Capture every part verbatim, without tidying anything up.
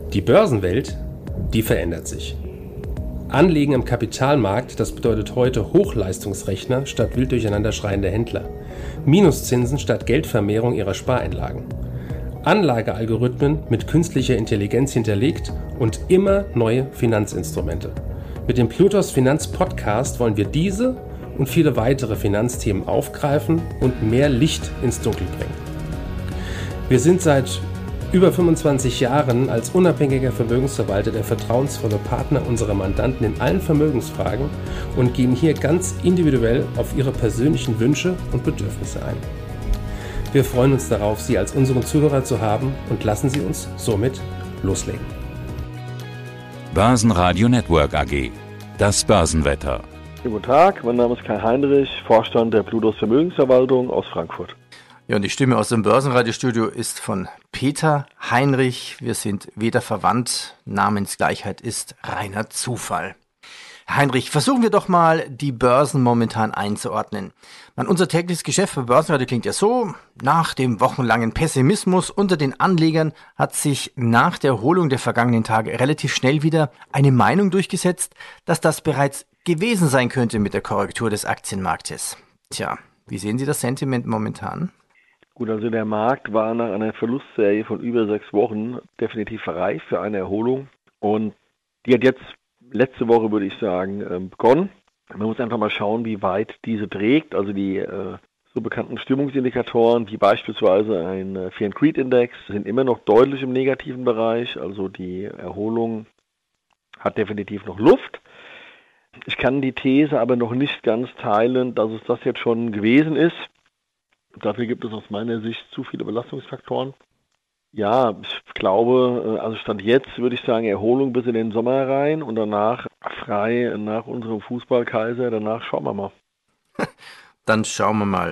Die Börsenwelt, die verändert sich. Anlegen am Kapitalmarkt, das bedeutet heute Hochleistungsrechner statt wild durcheinander schreiende Händler. Minuszinsen statt Geldvermehrung ihrer Spareinlagen. Anlagealgorithmen mit künstlicher Intelligenz hinterlegt und immer neue Finanzinstrumente. Mit dem Plutos Finanz Podcast wollen wir diese und viele weitere Finanzthemen aufgreifen und mehr Licht ins Dunkel bringen. Wir sind seit über fünfundzwanzig Jahren als unabhängiger Vermögensverwalter der vertrauensvolle Partner unserer Mandanten in allen Vermögensfragen und gehen hier ganz individuell auf ihre persönlichen Wünsche und Bedürfnisse ein. Wir freuen uns darauf, Sie als unseren Zuhörer zu haben und lassen Sie uns somit loslegen. Börsenradio Network A G. Das Börsenwetter. Guten Tag, mein Name ist Kai Heinrich, Vorstand der Plutos Vermögensverwaltung aus Frankfurt. Ja, und die Stimme aus dem Börsenradiostudio ist von Peter Heinrich. Wir sind weder verwandt, Namensgleichheit ist reiner Zufall. Herr Heinrich, versuchen wir doch mal, die Börsen momentan einzuordnen. Man, unser tägliches Geschäft bei Börsenradio klingt ja so: Nach dem wochenlangen Pessimismus unter den Anlegern hat sich nach der Erholung der vergangenen Tage relativ schnell wieder eine Meinung durchgesetzt, dass das bereits gewesen sein könnte mit der Korrektur des Aktienmarktes. Tja, wie sehen Sie das Sentiment momentan? Gut, also der Markt war nach einer Verlustserie von über sechs Wochen definitiv reif für eine Erholung und die hat jetzt letzte Woche, würde ich sagen, begonnen. Man muss einfach mal schauen, wie weit diese trägt, also die äh, so bekannten Stimmungsindikatoren wie beispielsweise ein äh, Fear and Greed Index sind immer noch deutlich im negativen Bereich, also die Erholung hat definitiv noch Luft. Ich kann die These aber noch nicht ganz teilen, dass es das jetzt schon gewesen ist. Dafür gibt es aus meiner Sicht zu viele Belastungsfaktoren. Ja, ich glaube, also Stand jetzt würde ich sagen, Erholung bis in den Sommer rein und danach frei nach unserem Fußballkaiser, danach schauen wir mal. Dann schauen wir mal.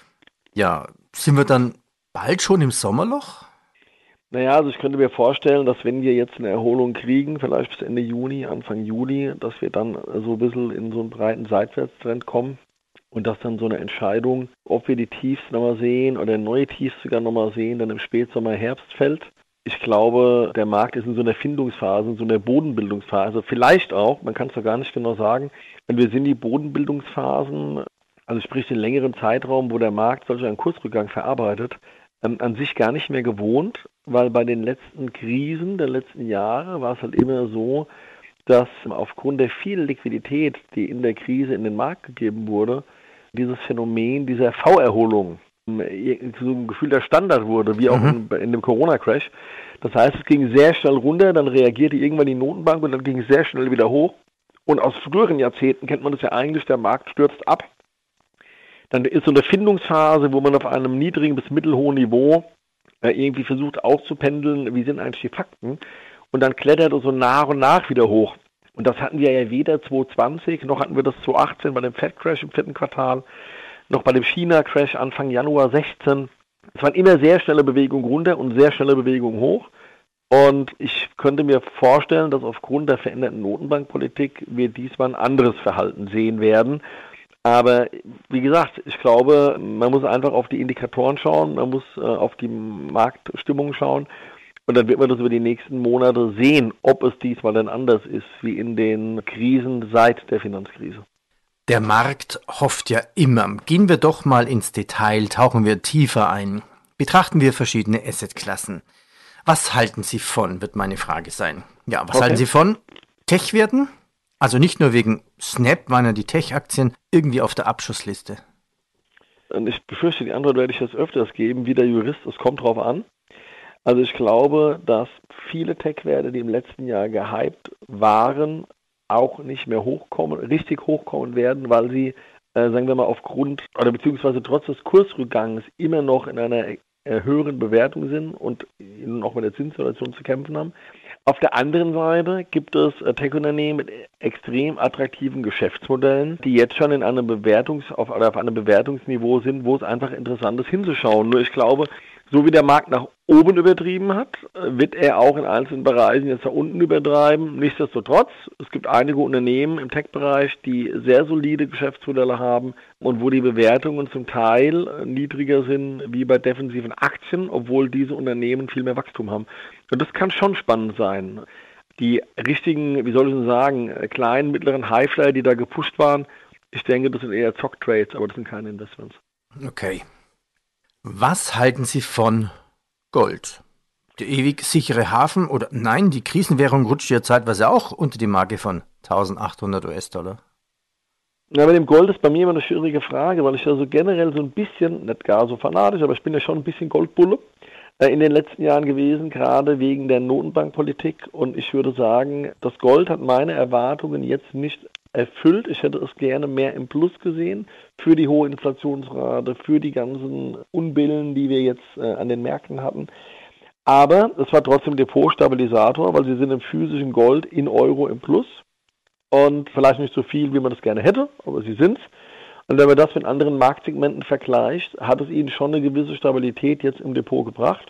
Ja, sind wir dann bald schon im Sommerloch? Naja, also ich könnte mir vorstellen, dass wenn wir jetzt eine Erholung kriegen, vielleicht bis Ende Juni, Anfang Juli, dass wir dann so ein bisschen in so einen breiten Seitwärtstrend kommen. Und dass dann so eine Entscheidung, ob wir die Tiefs nochmal sehen oder neue Tiefs sogar nochmal sehen, dann im Spätsommer, Herbst fällt. Ich glaube, der Markt ist in so einer Findungsphase, in so einer Bodenbildungsphase. Vielleicht auch, man kann es doch gar nicht genau sagen, wenn wir sind die Bodenbildungsphasen, also sprich den längeren Zeitraum, wo der Markt solch einen Kursrückgang verarbeitet, ähm, an sich gar nicht mehr gewohnt, weil bei den letzten Krisen der letzten Jahre war es halt immer so, dass aufgrund der vielen Liquidität, die in der Krise in den Markt gegeben wurde, dieses Phänomen dieser V-Erholung so ein Gefühl der Standard wurde, wie auch Mhm. in, in dem Corona-Crash. Das heißt, es ging sehr schnell runter, dann reagierte irgendwann die Notenbank und dann ging es sehr schnell wieder hoch. Und aus früheren Jahrzehnten kennt man das ja eigentlich, der Markt stürzt ab. Dann ist so eine Findungsphase, wo man auf einem niedrigen bis mittelhohen Niveau äh, irgendwie versucht auszupendeln, wie sind eigentlich die Fakten. Und dann klettert es so nach und nach wieder hoch. Und das hatten wir ja weder zwanzig zwanzig, noch hatten wir das zwanzig achtzehn bei dem Fed-Crash im vierten Quartal, noch bei dem China-Crash Anfang Januar sechzehn. Es waren immer sehr schnelle Bewegungen runter und sehr schnelle Bewegungen hoch. Und ich könnte mir vorstellen, dass aufgrund der veränderten Notenbankpolitik wir diesmal ein anderes Verhalten sehen werden. Aber wie gesagt, ich glaube, man muss einfach auf die Indikatoren schauen, man muss äh, auf die Marktstimmung schauen. Und dann wird man das über die nächsten Monate sehen, ob es diesmal dann anders ist wie in den Krisen seit der Finanzkrise. Der Markt hofft ja immer. Gehen wir doch mal ins Detail, tauchen wir tiefer ein. Betrachten wir verschiedene Assetklassen. Was halten Sie von, wird meine Frage sein. Ja, was Okay. halten Sie von Tech-Werten? Also nicht nur wegen Snap waren ja die Tech-Aktien irgendwie auf der Abschussliste. Und ich befürchte, die Antwort werde ich jetzt öfters geben, wie der Jurist, es kommt drauf an. Also ich glaube, dass viele Tech-Werte, die im letzten Jahr gehypt waren, auch nicht mehr hochkommen, richtig hochkommen werden, weil sie, äh, sagen wir mal, aufgrund oder beziehungsweise trotz des Kursrückgangs immer noch in einer äh, höheren Bewertung sind und auch mit der Zinssituation zu kämpfen haben. Auf der anderen Seite gibt es äh, Tech-Unternehmen mit extrem attraktiven Geschäftsmodellen, die jetzt schon in einem Bewertungs- auf, oder auf einem Bewertungsniveau sind, wo es einfach interessant ist hinzuschauen. Nur ich glaube, so wie der Markt nach oben übertrieben hat, wird er auch in einzelnen Bereichen jetzt nach unten übertreiben. Nichtsdestotrotz, es gibt einige Unternehmen im Tech-Bereich, die sehr solide Geschäftsmodelle haben und wo die Bewertungen zum Teil niedriger sind wie bei defensiven Aktien, obwohl diese Unternehmen viel mehr Wachstum haben. Und das kann schon spannend sein. Die richtigen, wie soll ich denn sagen, kleinen, mittleren Highflyer, die da gepusht waren, ich denke, das sind eher Zock-Trades, aber das sind keine Investments. Okay. Was halten Sie von Gold? Der ewig sichere Hafen oder nein, die Krisenwährung rutscht ja zeitweise auch unter die Marke von eintausendachthundert US-Dollar. Ja, mit dem Gold ist bei mir immer eine schwierige Frage, weil ich ja so generell so ein bisschen, nicht gar so fanatisch, aber ich bin ja schon ein bisschen Goldbulle äh, in den letzten Jahren gewesen, gerade wegen der Notenbankpolitik. Und ich würde sagen, das Gold hat meine Erwartungen jetzt nicht erfüllt. Ich hätte es gerne mehr im Plus gesehen für die hohe Inflationsrate, für die ganzen Unbillen, die wir jetzt äh, an den Märkten hatten. Aber es war trotzdem Depotstabilisator, weil sie sind im physischen Gold in Euro im Plus. Und vielleicht nicht so viel, wie man das gerne hätte, aber sie sind's. Und wenn man das mit anderen Marktsegmenten vergleicht, hat es ihnen schon eine gewisse Stabilität jetzt im Depot gebracht.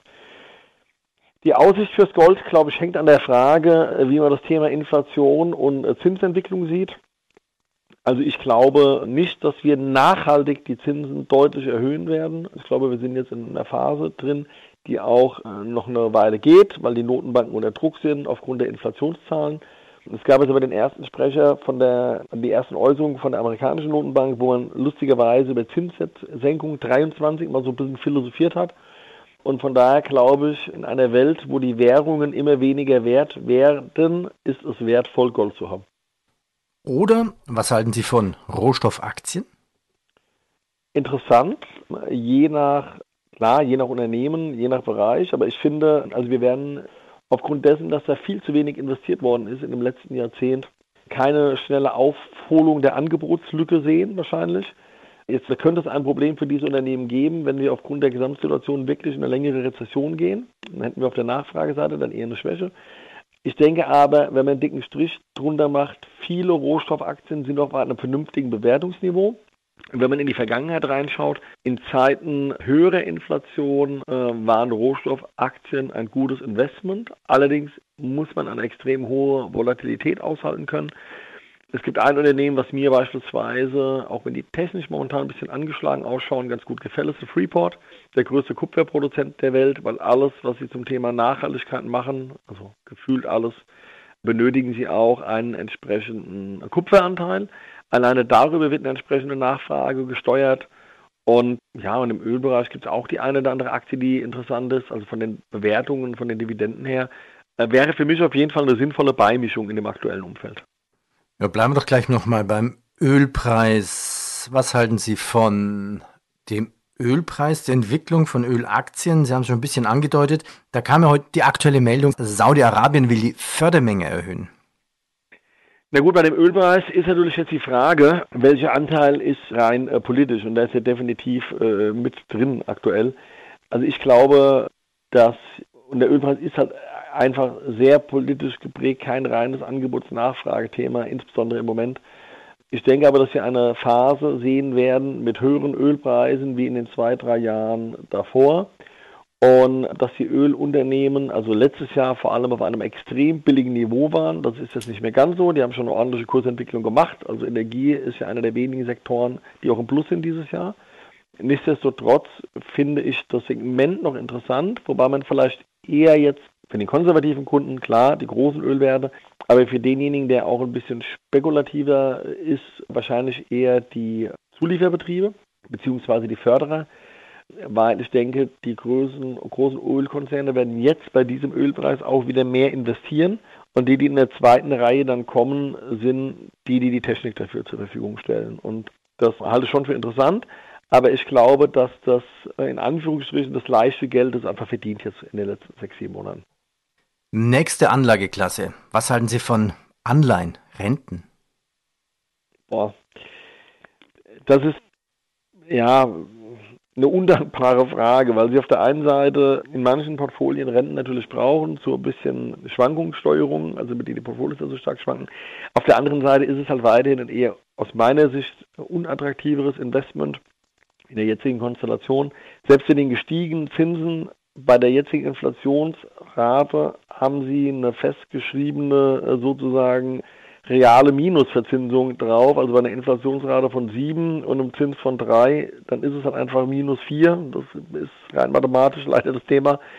Die Aussicht fürs Gold, glaube ich, hängt an der Frage, wie man das Thema Inflation und Zinsentwicklung sieht. Also ich glaube nicht, dass wir nachhaltig die Zinsen deutlich erhöhen werden. Ich glaube, wir sind jetzt in einer Phase drin, die auch noch eine Weile geht, weil die Notenbanken unter Druck sind aufgrund der Inflationszahlen. Es gab jetzt aber den ersten Sprecher von der, die ersten Äußerungen von der amerikanischen Notenbank, wo man lustigerweise über Zinssenkung dreiundzwanzig mal so ein bisschen philosophiert hat. Und von daher glaube ich, in einer Welt, wo die Währungen immer weniger wert werden, ist es wertvoll, Gold zu haben. Oder was halten Sie von Rohstoffaktien? Interessant, je nach, klar, je nach Unternehmen, je nach Bereich, aber ich finde, also wir werden aufgrund dessen, dass da viel zu wenig investiert worden ist in dem letzten Jahrzehnt, keine schnelle Aufholung der Angebotslücke sehen wahrscheinlich. Jetzt könnte es ein Problem für diese Unternehmen geben, wenn wir aufgrund der Gesamtsituation wirklich in eine längere Rezession gehen. Dann hätten wir auf der Nachfrageseite dann eher eine Schwäche. Ich denke aber, wenn man einen dicken Strich drunter macht, viele Rohstoffaktien sind auf einem vernünftigen Bewertungsniveau. Und wenn man in die Vergangenheit reinschaut, in Zeiten höherer Inflation äh, waren Rohstoffaktien ein gutes Investment. Allerdings muss man eine extrem hohe Volatilität aushalten können. Es gibt ein Unternehmen, was mir beispielsweise, auch wenn die technisch momentan ein bisschen angeschlagen ausschauen, ganz gut gefällt, ist Freeport, der größte Kupferproduzent der Welt, weil alles, was sie zum Thema Nachhaltigkeit machen, also gefühlt alles, benötigen sie auch einen entsprechenden Kupferanteil. Alleine darüber wird eine entsprechende Nachfrage gesteuert. Und ja, und im Ölbereich gibt es auch die eine oder andere Aktie, die interessant ist, also von den Bewertungen, von den Dividenden her, äh, wäre für mich auf jeden Fall eine sinnvolle Beimischung in dem aktuellen Umfeld. Ja, bleiben wir doch gleich nochmal beim Ölpreis. Was halten Sie von dem Ölpreis, der Entwicklung von Ölaktien? Sie haben es schon ein bisschen angedeutet. Da kam ja heute die aktuelle Meldung, Saudi-Arabien will die Fördermenge erhöhen. Na gut, bei dem Ölpreis ist natürlich jetzt die Frage, welcher Anteil ist rein äh, politisch, und da ist ja definitiv äh, mit drin aktuell. Also ich glaube, dass, und der Ölpreis ist halt einfach sehr politisch geprägt, kein reines Angebots-Nachfragethema, insbesondere im Moment. Ich denke aber, dass wir eine Phase sehen werden mit höheren Ölpreisen wie in den zwei, drei Jahren davor. Und dass die Ölunternehmen, also letztes Jahr vor allem auf einem extrem billigen Niveau waren, das ist jetzt nicht mehr ganz so, die haben schon eine ordentliche Kursentwicklung gemacht, also Energie ist ja einer der wenigen Sektoren, die auch im Plus sind dieses Jahr. Nichtsdestotrotz finde ich das Segment noch interessant, wobei man vielleicht eher jetzt für den konservativen Kunden, klar, die großen Ölwerte, aber für denjenigen, der auch ein bisschen spekulativer ist, wahrscheinlich eher die Zulieferbetriebe beziehungsweise die Förderer, weil ich denke, die großen, großen Ölkonzerne werden jetzt bei diesem Ölpreis auch wieder mehr investieren. Und die, die in der zweiten Reihe dann kommen, sind die, die die Technik dafür zur Verfügung stellen. Und das halte ich schon für interessant. Aber ich glaube, dass das in Anführungsstrichen das leichte Geld ist einfach verdient jetzt in den letzten sechs, sieben Monaten. Nächste Anlageklasse. Was halten Sie von Anleihen, Renten? Boah, das ist, ja, eine undankbare Frage, weil sie auf der einen Seite in manchen Portfolien Renten natürlich brauchen, so ein bisschen Schwankungssteuerung, also mit denen die Portfolios so stark schwanken. Auf der anderen Seite ist es halt weiterhin ein eher aus meiner Sicht unattraktiveres Investment in der jetzigen Konstellation. Selbst in den gestiegenen Zinsen bei der jetzigen Inflationsrate haben sie eine festgeschriebene sozusagen reale Minusverzinsung drauf, also bei einer Inflationsrate von sieben und einem Zins von drei, dann ist es halt einfach minus vier. Das ist rein mathematisch leider das Thema.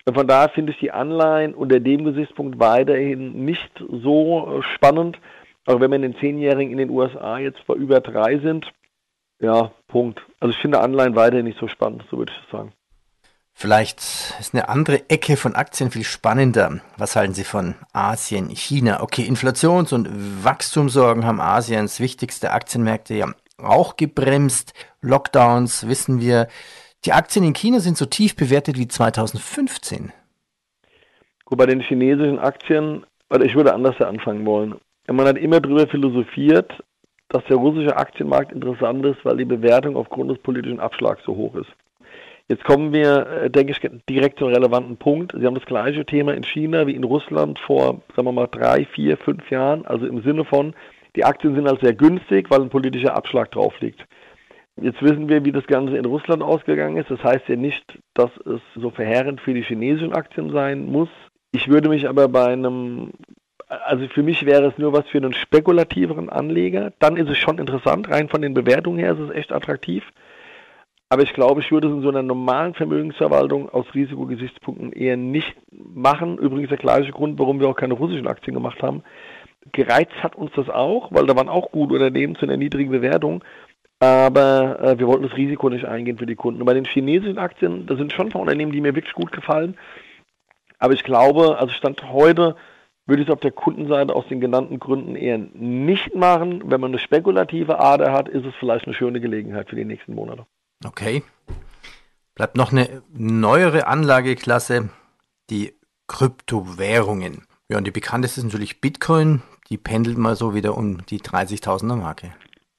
Von daher finde ich die Anleihen unter dem Gesichtspunkt weiterhin nicht so spannend. Auch wenn wir in den Zehnjährigen in den U S A jetzt bei über drei sind. Ja, Punkt. Also ich finde Anleihen weiterhin nicht so spannend, so würde ich sagen. Vielleicht ist eine andere Ecke von Aktien viel spannender. Was halten Sie von Asien, China? Okay, Inflations- und Wachstumssorgen haben Asiens wichtigste Aktienmärkte ja auch gebremst. Lockdowns, wissen wir. Die Aktien in China sind so tief bewertet wie zweitausendfünfzehn. Gut, bei den chinesischen Aktien, oder ich würde anders anfangen wollen. Man hat immer darüber philosophiert, dass der russische Aktienmarkt interessant ist, weil die Bewertung aufgrund des politischen Abschlags so hoch ist. Jetzt kommen wir, denke ich, direkt zum relevanten Punkt. Sie haben das gleiche Thema in China wie in Russland vor, sagen wir mal, drei, vier, fünf Jahren. Also im Sinne von, die Aktien sind halt sehr günstig, weil ein politischer Abschlag drauf liegt. Jetzt wissen wir, wie das Ganze in Russland ausgegangen ist. Das heißt ja nicht, dass es so verheerend für die chinesischen Aktien sein muss. Ich würde mich aber bei einem, also für mich wäre es nur was für einen spekulativeren Anleger. Dann ist es schon interessant, rein von den Bewertungen her ist es echt attraktiv. Aber ich glaube, ich würde es in so einer normalen Vermögensverwaltung aus Risikogesichtspunkten eher nicht machen. Übrigens der gleiche Grund, warum wir auch keine russischen Aktien gemacht haben. Gereizt hat uns das auch, weil da waren auch gute Unternehmen zu einer niedrigen Bewertung. Aber äh, wir wollten das Risiko nicht eingehen für die Kunden. Und bei den chinesischen Aktien, da sind schon ein paar Unternehmen, die mir wirklich gut gefallen. Aber ich glaube, also Stand heute würde ich es auf der Kundenseite aus den genannten Gründen eher nicht machen. Wenn man eine spekulative Ader hat, ist es vielleicht eine schöne Gelegenheit für die nächsten Monate. Okay. Bleibt noch eine neuere Anlageklasse, die Kryptowährungen. Ja, und die bekannteste ist natürlich Bitcoin. Die pendelt mal so wieder um die dreißigtausender Marke.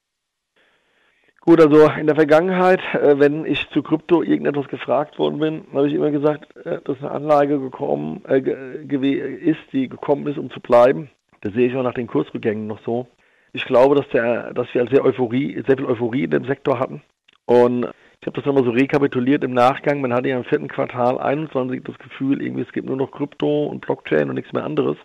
Gut, also in der Vergangenheit, wenn ich zu Krypto irgendetwas gefragt worden bin, habe ich immer gesagt, dass eine Anlage gekommen äh, ist, die gekommen ist, um zu bleiben. Das sehe ich auch nach den Kursrückgängen noch so. Ich glaube, dass, der, dass wir sehr, Euphorie, sehr viel Euphorie in dem Sektor hatten. Und ich habe das nochmal so rekapituliert im Nachgang. Man hatte ja im vierten Quartal einundzwanzig das Gefühl, irgendwie es gibt nur noch Krypto und Blockchain und nichts mehr anderes.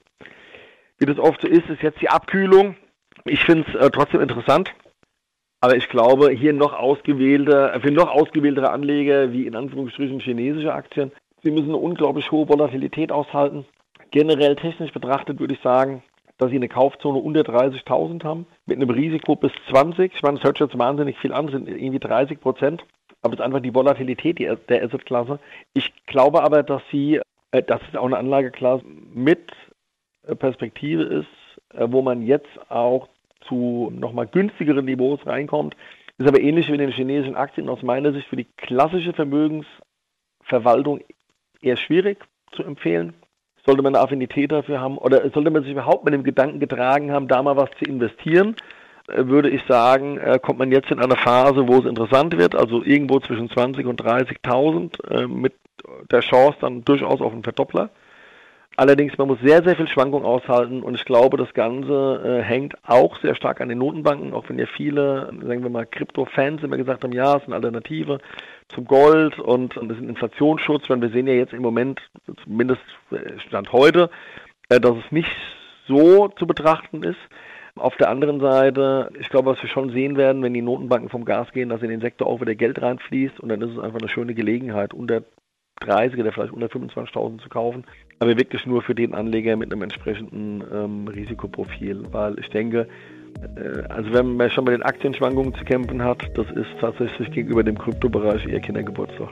Wie das oft so ist, ist jetzt die Abkühlung. Ich finde es äh, trotzdem interessant. Aber ich glaube, hier noch ausgewählte, für noch ausgewähltere Anleger, wie in Anführungsstrichen chinesische Aktien, sie müssen eine unglaublich hohe Volatilität aushalten. Generell technisch betrachtet würde ich sagen, dass sie eine Kaufzone unter dreißigtausend haben, mit einem Risiko bis zwanzig. Ich meine, das hört sich jetzt wahnsinnig viel an, das sind irgendwie dreißig Prozent. Aber es ist einfach die Volatilität der Assetklasse. Ich glaube aber, dass sie, dass es auch eine Anlageklasse mit Perspektive ist, wo man jetzt auch zu nochmal günstigeren Niveaus reinkommt. Ist aber ähnlich wie in den chinesischen Aktien aus meiner Sicht für die klassische Vermögensverwaltung eher schwierig zu empfehlen. Sollte man eine Affinität dafür haben oder sollte man sich überhaupt mit dem Gedanken getragen haben, da mal was zu investieren, würde ich sagen, kommt man jetzt in eine Phase, wo es interessant wird, also irgendwo zwischen zwanzig und dreißigtausend mit der Chance dann durchaus auf einen Verdoppler. Allerdings, man muss sehr, sehr viel Schwankung aushalten und ich glaube, das Ganze äh, hängt auch sehr stark an den Notenbanken, auch wenn ja viele, sagen wir mal, Krypto-Fans immer gesagt haben, ja, es ist eine Alternative zum Gold und, und das ist ein Inflationsschutz, weil wir sehen ja jetzt im Moment, zumindest Stand heute, äh, dass es nicht so zu betrachten ist. Auf der anderen Seite, ich glaube, was wir schon sehen werden, wenn die Notenbanken vom Gas gehen, dass in den Sektor auch wieder Geld reinfließt und dann ist es einfach eine schöne Gelegenheit, unter dreißig oder vielleicht unter fünfundzwanzigtausend zu kaufen, aber wirklich nur für den Anleger mit einem entsprechenden ähm, Risikoprofil, weil ich denke, äh, also wenn man schon bei den Aktienschwankungen zu kämpfen hat, das ist tatsächlich gegenüber dem Kryptobereich eher Kindergeburtstag.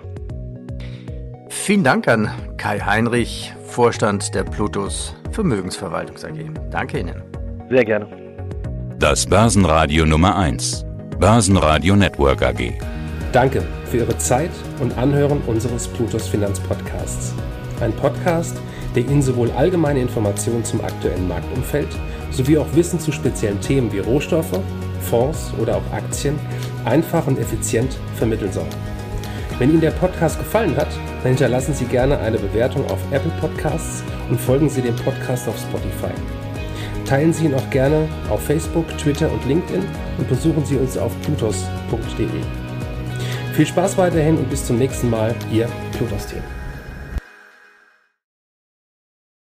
Vielen Dank an Kai Heinrich, Vorstand der Plutus Vermögensverwaltungs A G. Danke Ihnen. Sehr gerne. Das Börsenradio Nummer eins. Börsenradio Network A G. Danke für Ihre Zeit und Anhören unseres Plutos Finanzpodcasts. Ein Podcast, der Ihnen sowohl allgemeine Informationen zum aktuellen Marktumfeld sowie auch Wissen zu speziellen Themen wie Rohstoffe, Fonds oder auch Aktien einfach und effizient vermitteln soll. Wenn Ihnen der Podcast gefallen hat, dann hinterlassen Sie gerne eine Bewertung auf Apple Podcasts und folgen Sie dem Podcast auf Spotify. Teilen Sie ihn auch gerne auf Facebook, Twitter und LinkedIn und besuchen Sie uns auf plutos punkt de. Viel Spaß weiterhin und bis zum nächsten Mal, Ihr Plutos-Team.